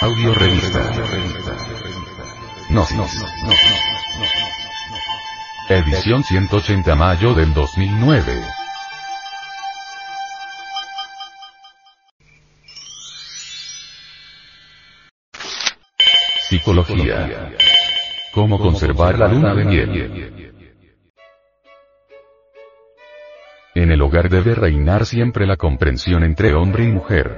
Audio revista. No. Edición 180 mayo del 2009. Psicología. ¿Cómo conservar la luna de miel? En el hogar debe reinar siempre la comprensión entre hombre y mujer.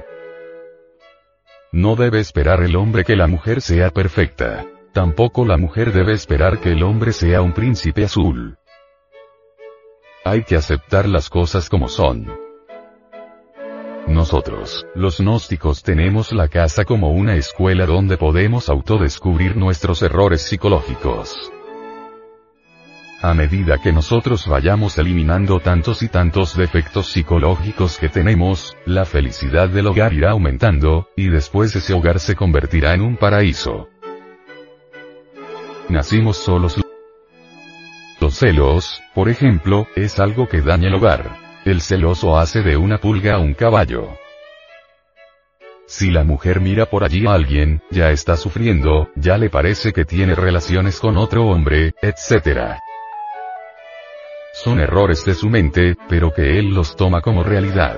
No debe esperar el hombre que la mujer sea perfecta. Tampoco la mujer debe esperar que el hombre sea un príncipe azul. Hay que aceptar las cosas como son. Nosotros, los gnósticos, tenemos la casa como una escuela donde podemos autodescubrir nuestros errores psicológicos. A medida que nosotros vayamos eliminando tantos y tantos defectos psicológicos que tenemos, la felicidad del hogar irá aumentando, y después ese hogar se convertirá en un paraíso. Nacimos solos. Los celos, por ejemplo, es algo que daña el hogar. El celoso hace de una pulga a un caballo. Si la mujer mira por allí a alguien, ya está sufriendo, ya le parece que tiene relaciones con otro hombre, etc. Son errores de su mente, pero que él los toma como realidad.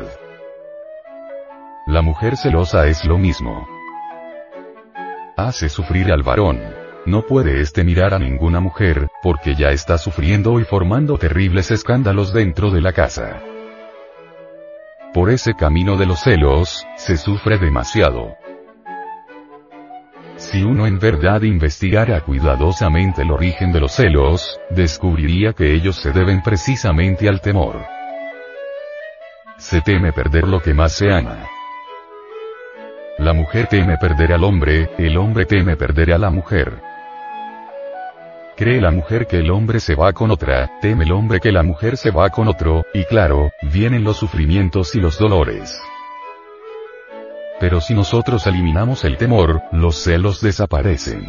La mujer celosa es lo mismo. Hace sufrir al varón. No puede mirar a ninguna mujer, porque ya está sufriendo y formando terribles escándalos dentro de la casa. Por ese camino de los celos, se sufre demasiado. Si uno en verdad investigara cuidadosamente el origen de los celos, descubriría que ellos se deben precisamente al temor. Se teme perder lo que más se ama. La mujer teme perder al hombre, el hombre teme perder a la mujer. Cree la mujer que el hombre se va con otra, teme el hombre que la mujer se va con otro, y claro, vienen los sufrimientos y los dolores. Pero si nosotros eliminamos el temor, los celos desaparecen.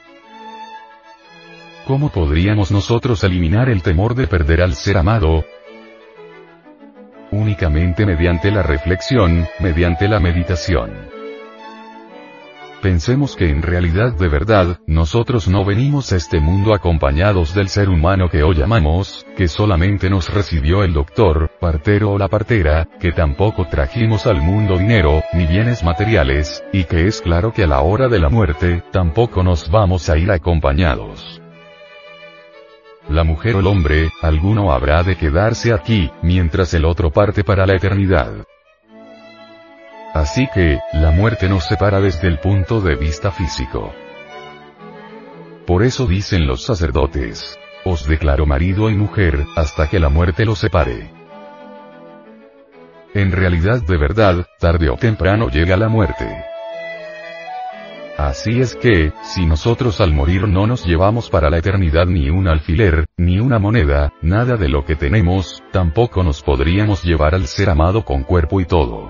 ¿Cómo podríamos nosotros eliminar el temor de perder al ser amado? Únicamente mediante la reflexión, mediante la meditación. Pensemos que en realidad de verdad, nosotros no venimos a este mundo acompañados del ser humano que hoy amamos, que solamente nos recibió el doctor, partero o la partera, que tampoco trajimos al mundo dinero, ni bienes materiales, y que es claro que a la hora de la muerte, tampoco nos vamos a ir acompañados. La mujer o el hombre, alguno habrá de quedarse aquí, mientras el otro parte para la eternidad. Así que, la muerte nos separa desde el punto de vista físico. Por eso dicen los sacerdotes: os declaro marido y mujer, hasta que la muerte los separe. En realidad de verdad, tarde o temprano llega la muerte. Así es que, si nosotros al morir no nos llevamos para la eternidad ni un alfiler, ni una moneda, nada de lo que tenemos, tampoco nos podríamos llevar al ser amado con cuerpo y todo.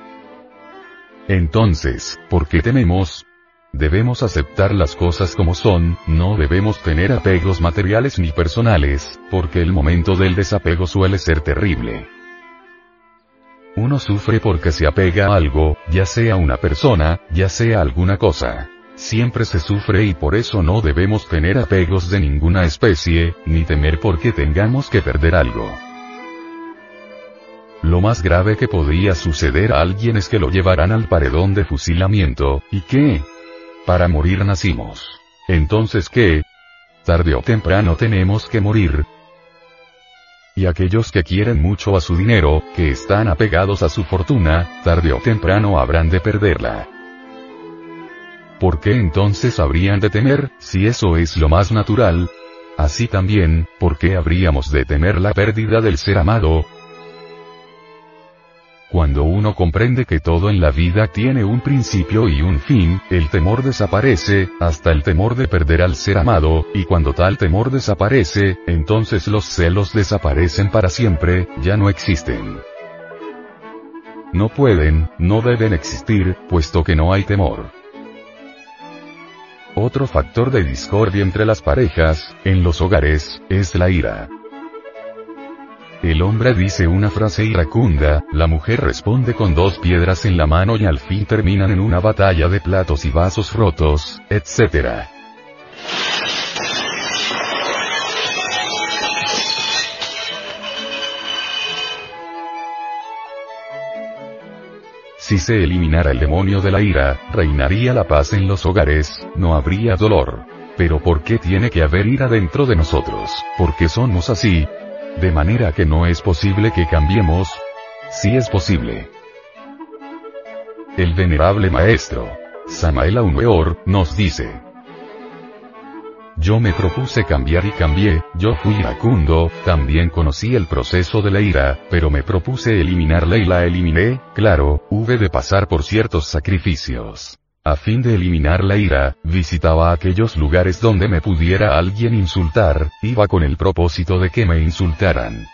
Entonces, ¿por qué tememos? Debemos aceptar las cosas como son, no debemos tener apegos materiales ni personales, porque el momento del desapego suele ser terrible. Uno sufre porque se apega a algo, ya sea una persona, ya sea alguna cosa. Siempre se sufre y por eso no debemos tener apegos de ninguna especie, ni temer porque tengamos que perder algo. Lo más grave que podría suceder a alguien es que lo llevarán al paredón de fusilamiento, ¿y qué? Para morir nacimos. Entonces ¿qué? Tarde o temprano tenemos que morir. Y aquellos que quieren mucho a su dinero, que están apegados a su fortuna, tarde o temprano habrán de perderla. ¿Por qué entonces habrían de temer, si eso es lo más natural? Así también, ¿por qué habríamos de temer la pérdida del ser amado? Cuando uno comprende que todo en la vida tiene un principio y un fin, el temor desaparece, hasta el temor de perder al ser amado, y cuando tal temor desaparece, entonces los celos desaparecen para siempre, ya no existen. No pueden, no deben existir, puesto que no hay temor. Otro factor de discordia entre las parejas, en los hogares, es la ira. El hombre dice una frase iracunda, la mujer responde con 2 piedras en la mano y al fin terminan en una batalla de platos y vasos rotos, etc. Si se eliminara el demonio de la ira, reinaría la paz en los hogares, no habría dolor. Pero ¿por qué tiene que haber ira dentro de nosotros? ¿Por qué somos así? De manera que no es posible que cambiemos. Sí es posible. El venerable maestro Samael Aun Weor nos dice: yo me propuse cambiar y cambié, yo fui iracundo, también conocí el proceso de la ira, pero me propuse eliminarla y la eliminé, claro, hube de pasar por ciertos sacrificios. A fin de eliminar la ira, visitaba aquellos lugares donde me pudiera alguien insultar, iba con el propósito de que me insultaran.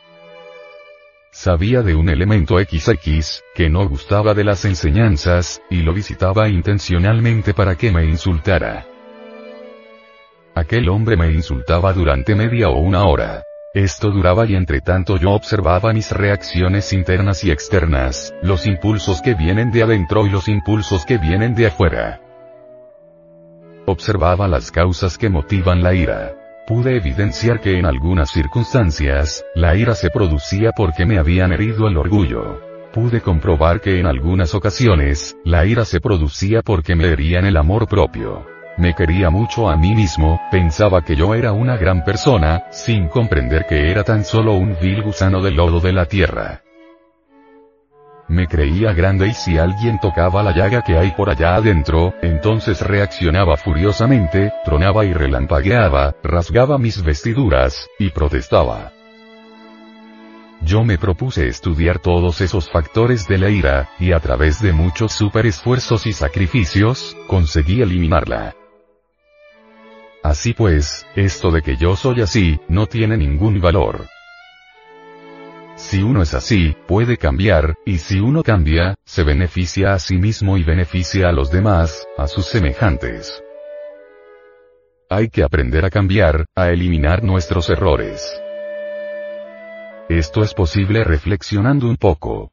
Sabía de un elemento XX, que no gustaba de las enseñanzas, y lo visitaba intencionalmente para que me insultara. Aquel hombre me insultaba durante media o una hora. Esto duraba y entre tanto yo observaba mis reacciones internas y externas, los impulsos que vienen de adentro y los impulsos que vienen de afuera. Observaba las causas que motivan la ira. Pude evidenciar que en algunas circunstancias, la ira se producía porque me habían herido el orgullo. Pude comprobar que en algunas ocasiones, la ira se producía porque me herían el amor propio. Me quería mucho a mí mismo, pensaba que yo era una gran persona, sin comprender que era tan solo un vil gusano del lodo de la tierra. Me creía grande y si alguien tocaba la llaga que hay por allá adentro, entonces reaccionaba furiosamente, tronaba y relampagueaba, rasgaba mis vestiduras, y protestaba. Yo me propuse estudiar todos esos factores de la ira, y a través de muchos superesfuerzos y sacrificios, conseguí eliminarla. Así pues, esto de que yo soy así, no tiene ningún valor. Si uno es así, puede cambiar, y si uno cambia, se beneficia a sí mismo y beneficia a los demás, a sus semejantes. Hay que aprender a cambiar, a eliminar nuestros errores. Esto es posible reflexionando un poco.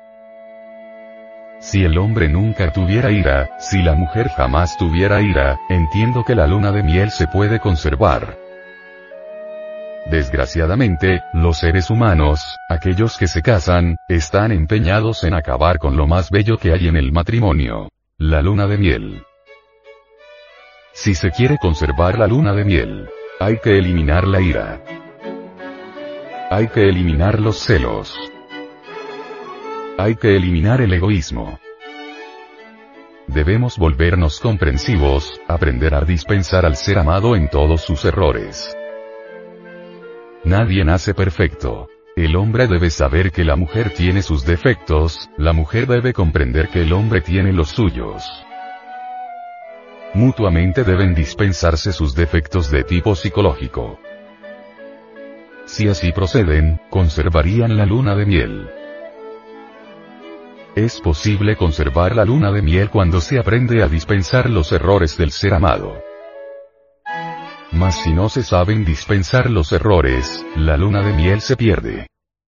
Si el hombre nunca tuviera ira, si la mujer jamás tuviera ira, entiendo que la luna de miel se puede conservar. Desgraciadamente, los seres humanos, aquellos que se casan, están empeñados en acabar con lo más bello que hay en el matrimonio: la luna de miel. Si se quiere conservar la luna de miel, hay que eliminar la ira. Hay que eliminar los celos. Hay que eliminar el egoísmo. Debemos volvernos comprensivos, aprender a dispensar al ser amado en todos sus errores. Nadie nace perfecto. El hombre debe saber que la mujer tiene sus defectos, la mujer debe comprender que el hombre tiene los suyos. Mutuamente deben dispensarse sus defectos de tipo psicológico. Si así proceden, conservarían la luna de miel. Es posible conservar la luna de miel cuando se aprende a dispensar los errores del ser amado. Mas si no se saben dispensar los errores, la luna de miel se pierde.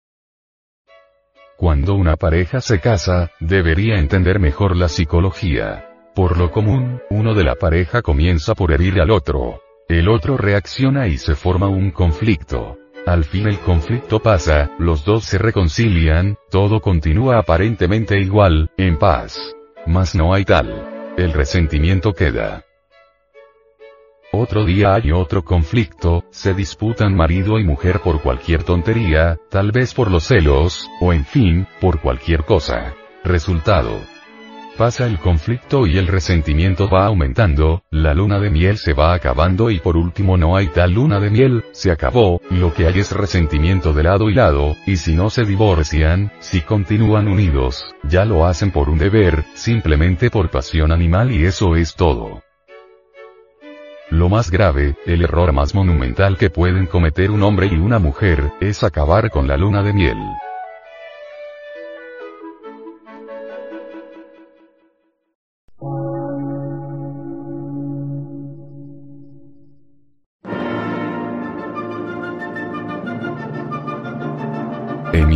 Cuando una pareja se casa, debería entender mejor la psicología. Por lo común, uno de la pareja comienza por herir al otro. El otro reacciona y se forma un conflicto. Al fin el conflicto pasa, los dos se reconcilian, todo continúa aparentemente igual, en paz. Mas no hay tal. El resentimiento queda. Otro día hay otro conflicto, se disputan marido y mujer por cualquier tontería, tal vez por los celos, o en fin, por cualquier cosa. Resultado: pasa el conflicto y el resentimiento va aumentando, la luna de miel se va acabando y por último no hay tal luna de miel, se acabó, lo que hay es resentimiento de lado y lado, y si no se divorcian, si continúan unidos, ya lo hacen por un deber, simplemente por pasión animal y eso es todo. Lo más grave, el error más monumental que pueden cometer un hombre y una mujer, es acabar con la luna de miel.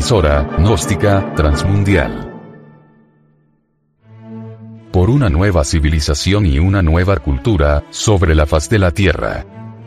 emisora gnóstica transmundial. Por una nueva civilización y una nueva cultura sobre la faz de la Tierra.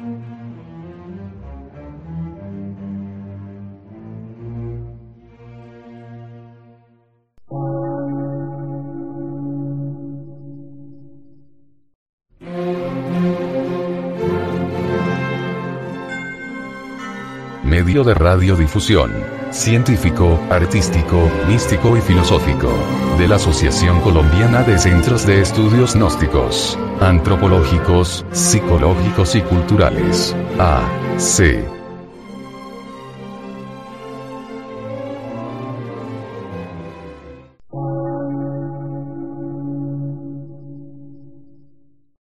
Medio de radiodifusión, científico, artístico, místico y filosófico, de la Asociación Colombiana de Centros de Estudios Gnósticos, Antropológicos, Psicológicos y Culturales, AC.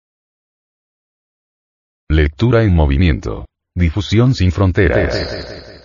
Lectura en movimiento. Difusión sin fronteras.